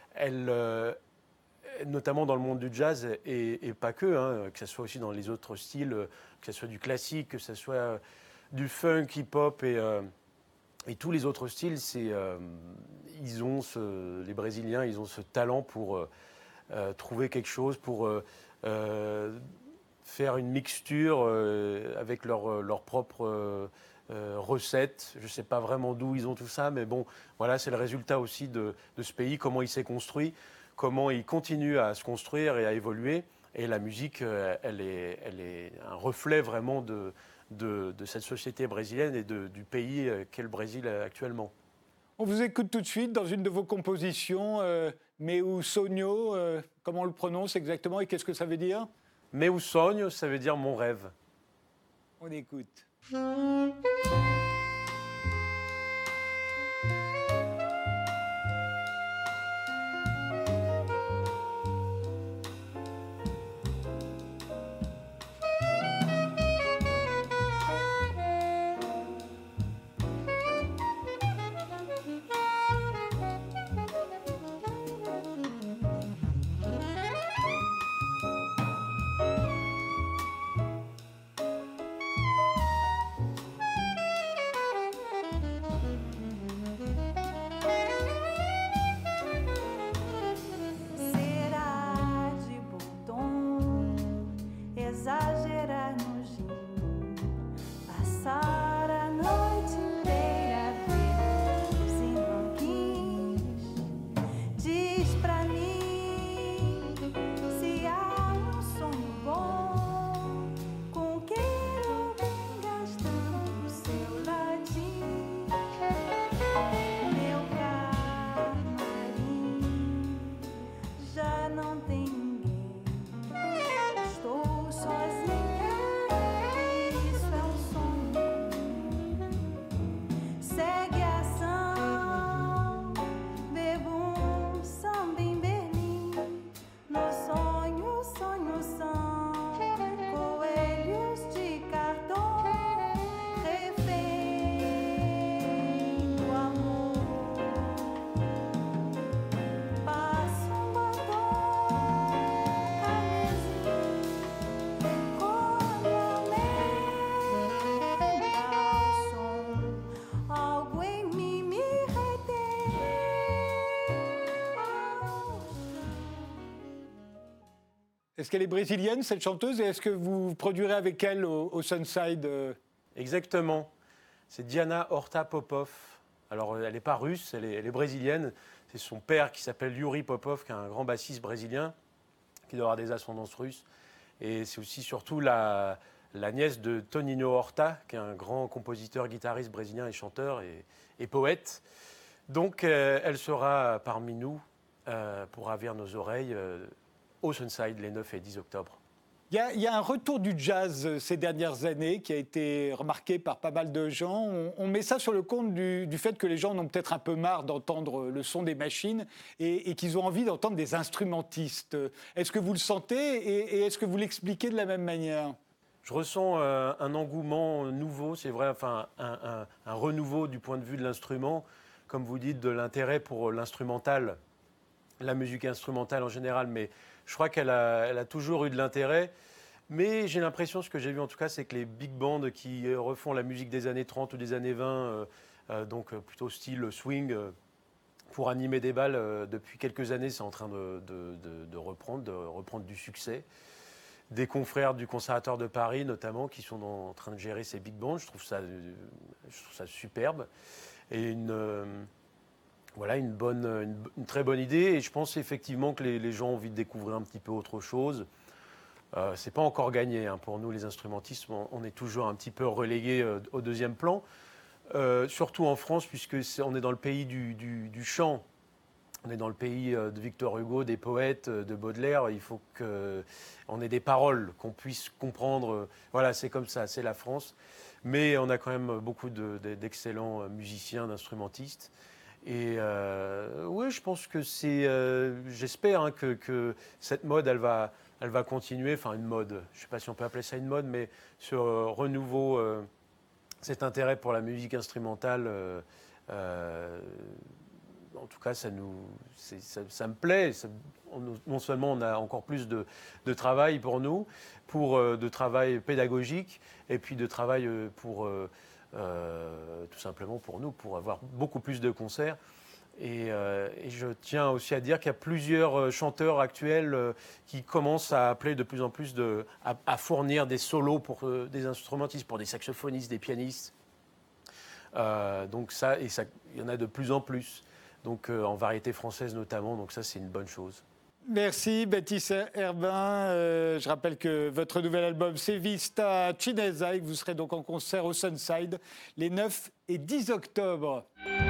notamment dans le monde du jazz, et pas que ce soit aussi dans les autres styles, que ce soit du classique, que ce soit du funk, hip-hop et tous les autres styles, les Brésiliens, ils ont ce talent pour trouver quelque chose, pour faire une mixture avec leur propre recettes. Je ne sais pas vraiment d'où ils ont tout ça, mais bon, voilà, c'est le résultat aussi de ce pays, comment il s'est construit, comment il continue à se construire et à évoluer. Et la musique, elle est un reflet vraiment de cette société brésilienne et du pays qu'est le Brésil actuellement. On vous écoute tout de suite dans une de vos compositions, Meu Sonho, comment on le prononce exactement et qu'est-ce que ça veut dire ? Meu sonho, ça veut dire mon rêve. On écoute. Est-ce qu'elle est brésilienne, cette chanteuse, et est-ce que vous produirez avec elle au Sunside Exactement. C'est Diana Horta Popov. Alors, elle n'est pas russe, elle est brésilienne. C'est son père qui s'appelle Yuri Popov, qui est un grand bassiste brésilien, qui doit avoir des ascendances russes. Et c'est aussi surtout la nièce de Toninho Horta, qui est un grand compositeur, guitariste brésilien et chanteur et poète. Donc, elle sera parmi nous pour ravir nos oreilles au Sunside les 9 et 10 octobre. Il y a un retour du jazz ces dernières années qui a été remarqué par pas mal de gens. On met ça sur le compte du fait que les gens en ont peut-être un peu marre d'entendre le son des machines et qu'ils ont envie d'entendre des instrumentistes. Est-ce que vous le sentez et est-ce que vous l'expliquez de la même manière ? Je ressens un engouement nouveau, c'est vrai, enfin un renouveau du point de vue de l'instrument, comme vous dites, de l'intérêt pour l'instrumental, la musique instrumentale en général, mais je crois qu'elle a toujours eu de l'intérêt. Mais j'ai l'impression, ce que j'ai vu en tout cas, c'est que les big bands qui refont la musique des années 30 ou des années 20, donc plutôt style swing, pour animer des balles, depuis quelques années, c'est en train de reprendre du succès. Des confrères du Conservatoire de Paris, notamment, qui sont en train de gérer ces big bands. Je trouve ça superbe. Et une très bonne idée. Et je pense effectivement que les gens ont envie de découvrir un petit peu autre chose. C'est pas encore gagné hein. Pour nous, les instrumentistes, on est toujours un petit peu relégués au deuxième plan. Surtout en France, puisque on est dans le pays du chant. On est dans le pays de Victor Hugo, des poètes, de Baudelaire. Il faut qu'on ait des paroles, qu'on puisse comprendre. Voilà, c'est comme ça, c'est la France. Mais on a quand même beaucoup d'excellents musiciens, d'instrumentistes. Et oui, je pense que j'espère hein, que cette mode, elle va continuer. Enfin, une mode, je ne sais pas si on peut appeler ça une mode, mais ce renouveau, cet intérêt pour la musique instrumentale. En tout cas, ça me plaît. Non seulement on a encore plus de travail pour nous, de travail pédagogique, et puis de travail tout simplement pour nous, pour avoir beaucoup plus de concerts. Et je tiens aussi à dire qu'il y a plusieurs chanteurs actuels qui commencent à appeler de plus en plus à fournir des solos pour des instrumentistes, pour des saxophonistes, des pianistes. Donc il y en a de plus en plus. Donc en variété française notamment, donc ça c'est une bonne chose. Merci Baptiste Herbin. Je rappelle que votre nouvel album c'est Vista Cinesa et que vous serez donc en concert au Sunside les 9 et 10 octobre.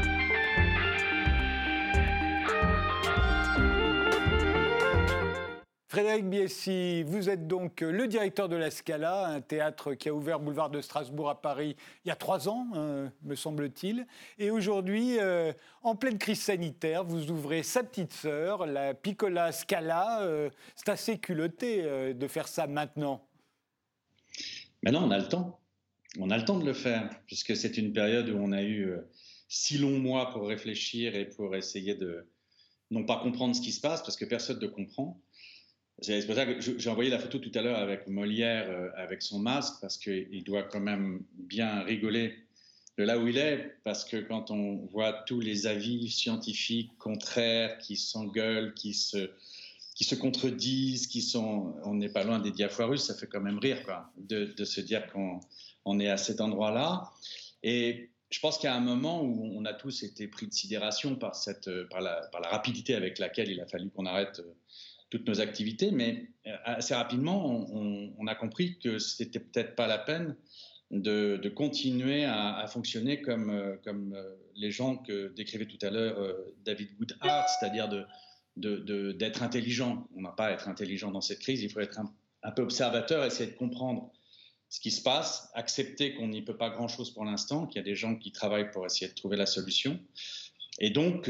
Frédéric Biesi, vous êtes donc le directeur de la Scala, un théâtre qui a ouvert boulevard de Strasbourg à Paris il y a 3 ans, me semble-t-il. Et aujourd'hui, en pleine crise sanitaire, vous ouvrez sa petite sœur, la Piccola Scala. C'est assez culotté de faire ça maintenant. Maintenant, on a le temps. On a le temps de le faire, puisque c'est une période où on a eu 6 longs mois pour réfléchir et pour essayer de non pas comprendre ce qui se passe, parce que personne ne comprend. C'est pour ça que j'ai envoyé la photo tout à l'heure avec Molière, avec son masque, parce qu'il doit quand même bien rigoler de là où il est, parce que quand on voit tous les avis scientifiques contraires qui s'engueulent, qui se contredisent, on n'est pas loin des Diafoirus, ça fait quand même rire quoi, de se dire qu'on est à cet endroit-là. Et je pense qu'il y a un moment où on a tous été pris de sidération par la rapidité avec laquelle il a fallu qu'on arrête toutes nos activités, mais assez rapidement, on a compris que c'était peut-être pas la peine de continuer à fonctionner comme les gens que décrivait tout à l'heure David Goodhart, c'est-à-dire d'être intelligent. On n'a pas à être intelligent dans cette crise, il faut être un peu observateur, essayer de comprendre ce qui se passe, accepter qu'on n'y peut pas grand-chose pour l'instant, qu'il y a des gens qui travaillent pour essayer de trouver la solution, et donc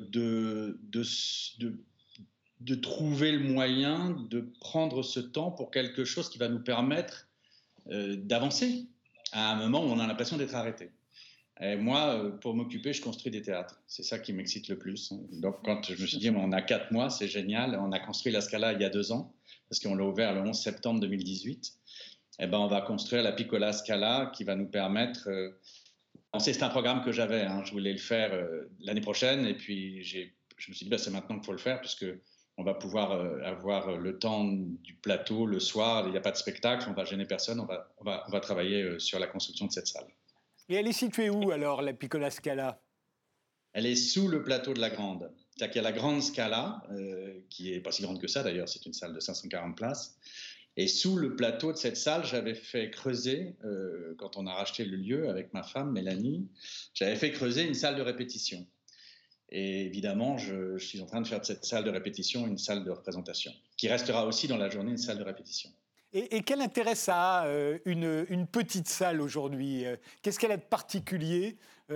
de trouver le moyen de prendre ce temps pour quelque chose qui va nous permettre d'avancer à un moment où on a l'impression d'être arrêté. Et moi, pour m'occuper, je construis des théâtres. C'est ça qui m'excite le plus. Donc, quand je me suis dit, on a 4 mois, c'est génial. On a construit la Scala il y a 2 ans, parce qu'on l'a ouvert le 11 septembre 2018. Et ben, on va construire la Piccola Scala qui va nous permettre... c'est un programme que j'avais. Je voulais le faire l'année prochaine. Et puis, je me suis dit, c'est maintenant qu'il faut le faire, puisque on va pouvoir avoir le temps du plateau le soir. Il n'y a pas de spectacle, on ne va gêner personne. On va travailler sur la construction de cette salle. Et elle est située où alors, la Piccola Scala? Elle est sous le plateau de la Grande. C'est-à-dire qu'il y a la Grande Scala, qui n'est pas si grande que ça d'ailleurs, c'est une salle de 540 places. Et sous le plateau de cette salle, j'avais fait creuser, quand on a racheté le lieu avec ma femme, Mélanie, j'avais fait creuser une salle de répétition. Et évidemment, je suis en train de faire de cette salle de répétition une salle de représentation, qui restera aussi dans la journée une salle de répétition. Et quel intérêt ça a, une petite salle aujourd'hui? Qu'est-ce qu'elle a de particulier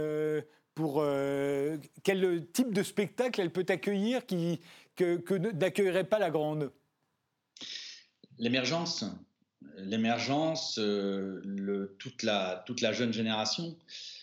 quel type de spectacle elle peut accueillir que n'accueillerait pas la Grande? L'émergence, toute la jeune génération.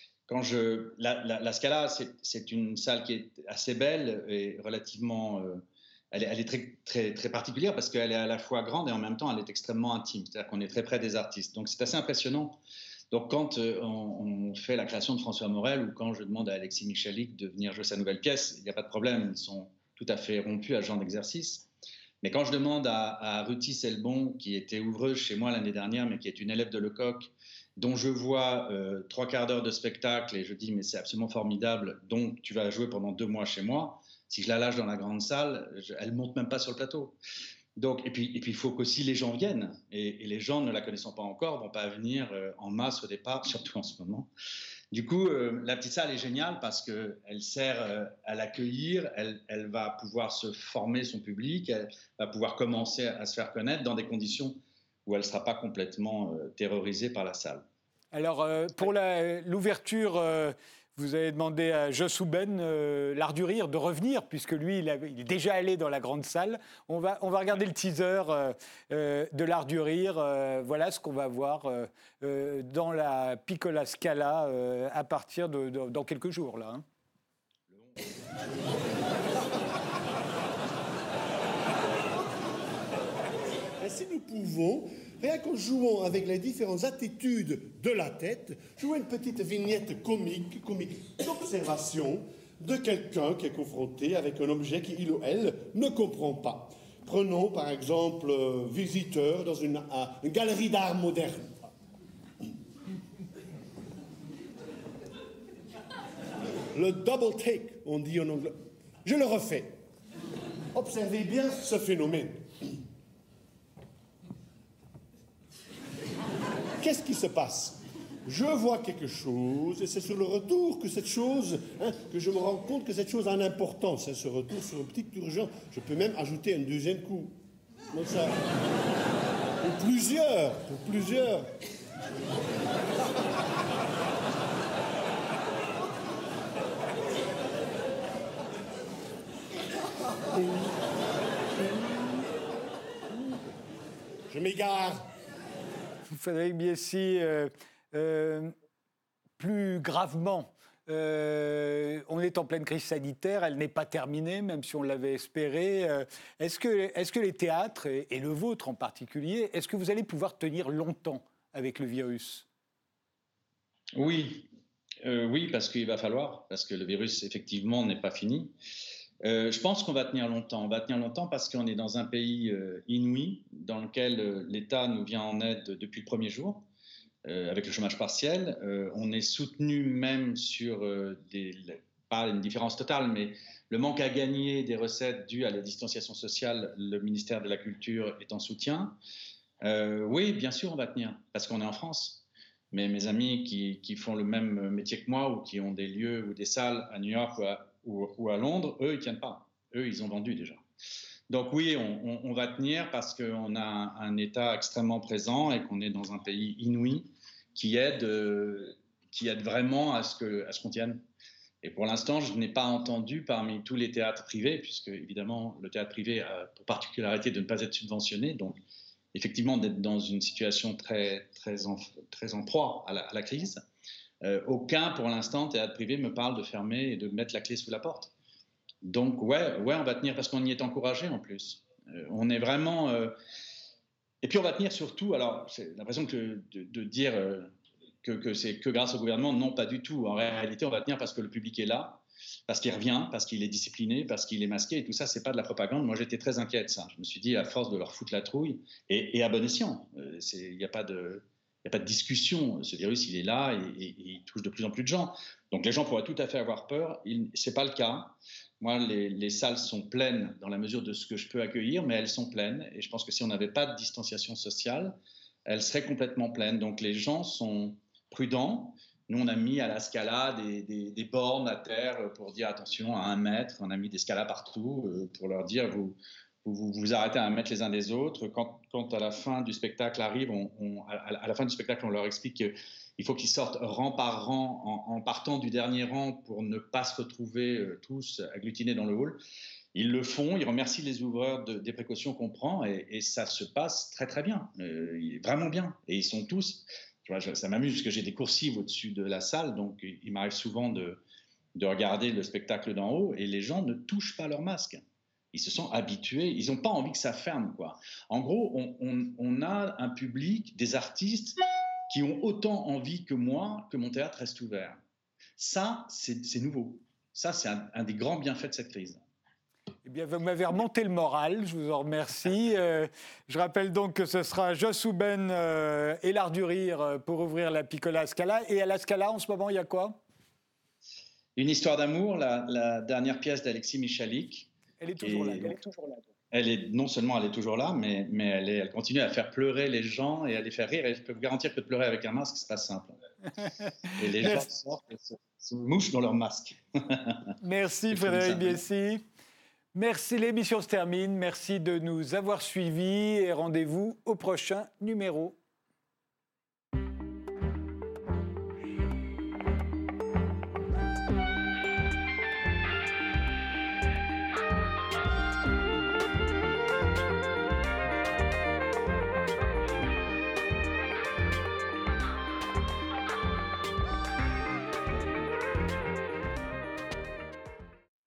La Scala, c'est une salle qui est assez belle et relativement... elle est très, très, très particulière parce qu'elle est à la fois grande et en même temps, elle est extrêmement intime. C'est-à-dire qu'on est très près des artistes. Donc, c'est assez impressionnant. Donc, quand on fait la création de François Morel ou quand je demande à Alexis Michalik de venir jouer sa nouvelle pièce, il n'y a pas de problème. Ils sont tout à fait rompus à ce genre d'exercice. Mais quand je demande à Ruthi Selbon, qui était ouvreuse chez moi l'année dernière, mais qui est une élève de Lecoq, dont je vois 3/4 d'heure de spectacle et je dis mais c'est absolument formidable, donc tu vas jouer pendant 2 mois chez moi. Si je la lâche dans la grande salle, elle ne monte même pas sur le plateau. Donc, et puis il faut qu'aussi les gens viennent. Et les gens, ne la connaissant pas encore, ne vont pas venir en masse au départ, surtout en ce moment. Du coup, la petite salle est géniale parce qu'elle sert à l'accueillir, elle va pouvoir se former son public, elle va pouvoir commencer à se faire connaître dans des conditions où elle ne sera pas complètement terrorisée par la salle. Alors, pour l'ouverture, vous avez demandé à Joss Houben, l'Art du Rire, de revenir, puisque lui, il est déjà allé dans la grande salle. On va regarder le teaser de l'Art du Rire. Voilà ce qu'on va voir dans la Piccola Scala à partir dans quelques jours, là. Hein. Ainsi, nous pouvons, rien qu'en jouant avec les différentes attitudes de la tête, jouer une petite vignette comique d'observation de quelqu'un qui est confronté avec un objet qu'il ou elle ne comprend pas. Prenons par exemple visiteur dans une galerie d'art moderne. Le double take, on dit en anglais. Je le refais. Observez bien ce phénomène. Qu'est-ce qui se passe? Je vois quelque chose et c'est sur le retour que cette chose, que je me rends compte que cette chose a une importance. C'est ce retour sur une petite urgence. Je peux même ajouter un deuxième coup. Donc ça, ou plusieurs. Je m'égare. Frédéric Biesi, plus gravement, on est en pleine crise sanitaire, elle n'est pas terminée, même si on l'avait espéré. Est-ce que les théâtres, et le vôtre en particulier, est-ce que vous allez pouvoir tenir longtemps avec le virus? Oui, parce qu'il va falloir, parce que le virus, effectivement, n'est pas fini. Je pense qu'on va tenir longtemps. On va tenir longtemps parce qu'on est dans un pays inouï, dans lequel l'État nous vient en aide depuis le premier jour, avec le chômage partiel. On est soutenu même sur pas une différence totale, mais le manque à gagner des recettes dues à la distanciation sociale. Le ministère de la Culture est en soutien. Oui, bien sûr, on va tenir, parce qu'on est en France. Mais mes amis qui font le même métier que moi ou qui ont des lieux ou des salles à New York ou à Londres, eux, ils ne tiennent pas. Eux, ils ont vendu déjà. Donc oui, on va tenir parce qu'on a un État extrêmement présent et qu'on est dans un pays inouï qui aide vraiment à ce qu'on tienne. Et pour l'instant, je n'ai pas entendu parmi tous les théâtres privés, puisque évidemment, le théâtre privé a pour particularité de ne pas être subventionné, donc effectivement d'être dans une situation très, très en proie à la crise. Aucun, pour l'instant, théâtre privé me parle de fermer et de mettre la clé sous la porte. Donc, ouais, on va tenir parce qu'on y est encouragé en plus. On est vraiment... Et puis, on va tenir surtout... Alors, j'ai l'impression de dire que c'est que grâce au gouvernement. Non, pas du tout. En réalité, on va tenir parce que le public est là. parce qu'il revient, parce qu'il est discipliné, parce qu'il est masqué, et tout ça, c'est pas de la propagande. Moi, j'étais très inquiet de ça. Je me suis dit, à force de leur foutre la trouille, et à bon escient, il n'y a pas de discussion. Ce virus, il est là et il touche de plus en plus de gens. Donc les gens pourraient tout à fait avoir peur. Ce n'est pas le cas. Moi, les salles sont pleines dans la mesure de ce que je peux accueillir, mais elles sont pleines. Et je pense que si on n'avait pas de distanciation sociale, elles seraient complètement pleines. Donc les gens sont prudents. Nous, on a mis à la Scala des bornes à terre pour dire attention à 1 mètre. On a mis des Scalas partout pour leur dire vous arrêtez à 1 mètre les uns des autres. Quand à la fin du spectacle arrive, à la fin du spectacle, on leur explique qu'il faut qu'ils sortent rang par rang en partant du dernier rang pour ne pas se retrouver tous agglutinés dans le hall. Ils le font, ils remercient les ouvreurs des précautions qu'on prend et ça se passe très très bien, vraiment bien. Et ils sont tous, tu vois, ça m'amuse parce que j'ai des coursives au-dessus de la salle, donc il m'arrive souvent de regarder le spectacle d'en haut et les gens ne touchent pas leur masque. Ils se sont habitués, ils n'ont pas envie que ça ferme, quoi. En gros, on a un public, des artistes qui ont autant envie que moi que mon théâtre reste ouvert. Ça, c'est nouveau. Ça, c'est un des grands bienfaits de cette crise. Eh bien, vous m'avez remonté le moral, je vous en remercie. Je rappelle donc que ce sera Joss Houben et l'Art du Rire pour ouvrir la Piccola Scala. Et à la Scala, en ce moment, il y a quoi ? Une histoire d'amour, la dernière pièce d'Alexis Michalik. Elle est toujours là. Non seulement elle est toujours là, mais elle continue à faire pleurer les gens et à les faire rire. Et je peux vous garantir que de pleurer avec un masque, c'est pas simple. Et les gens sortent et se mouchent dans leur masque. Merci Frédéric Biessy. Merci, l'émission se termine. Merci de nous avoir suivis et rendez-vous au prochain numéro.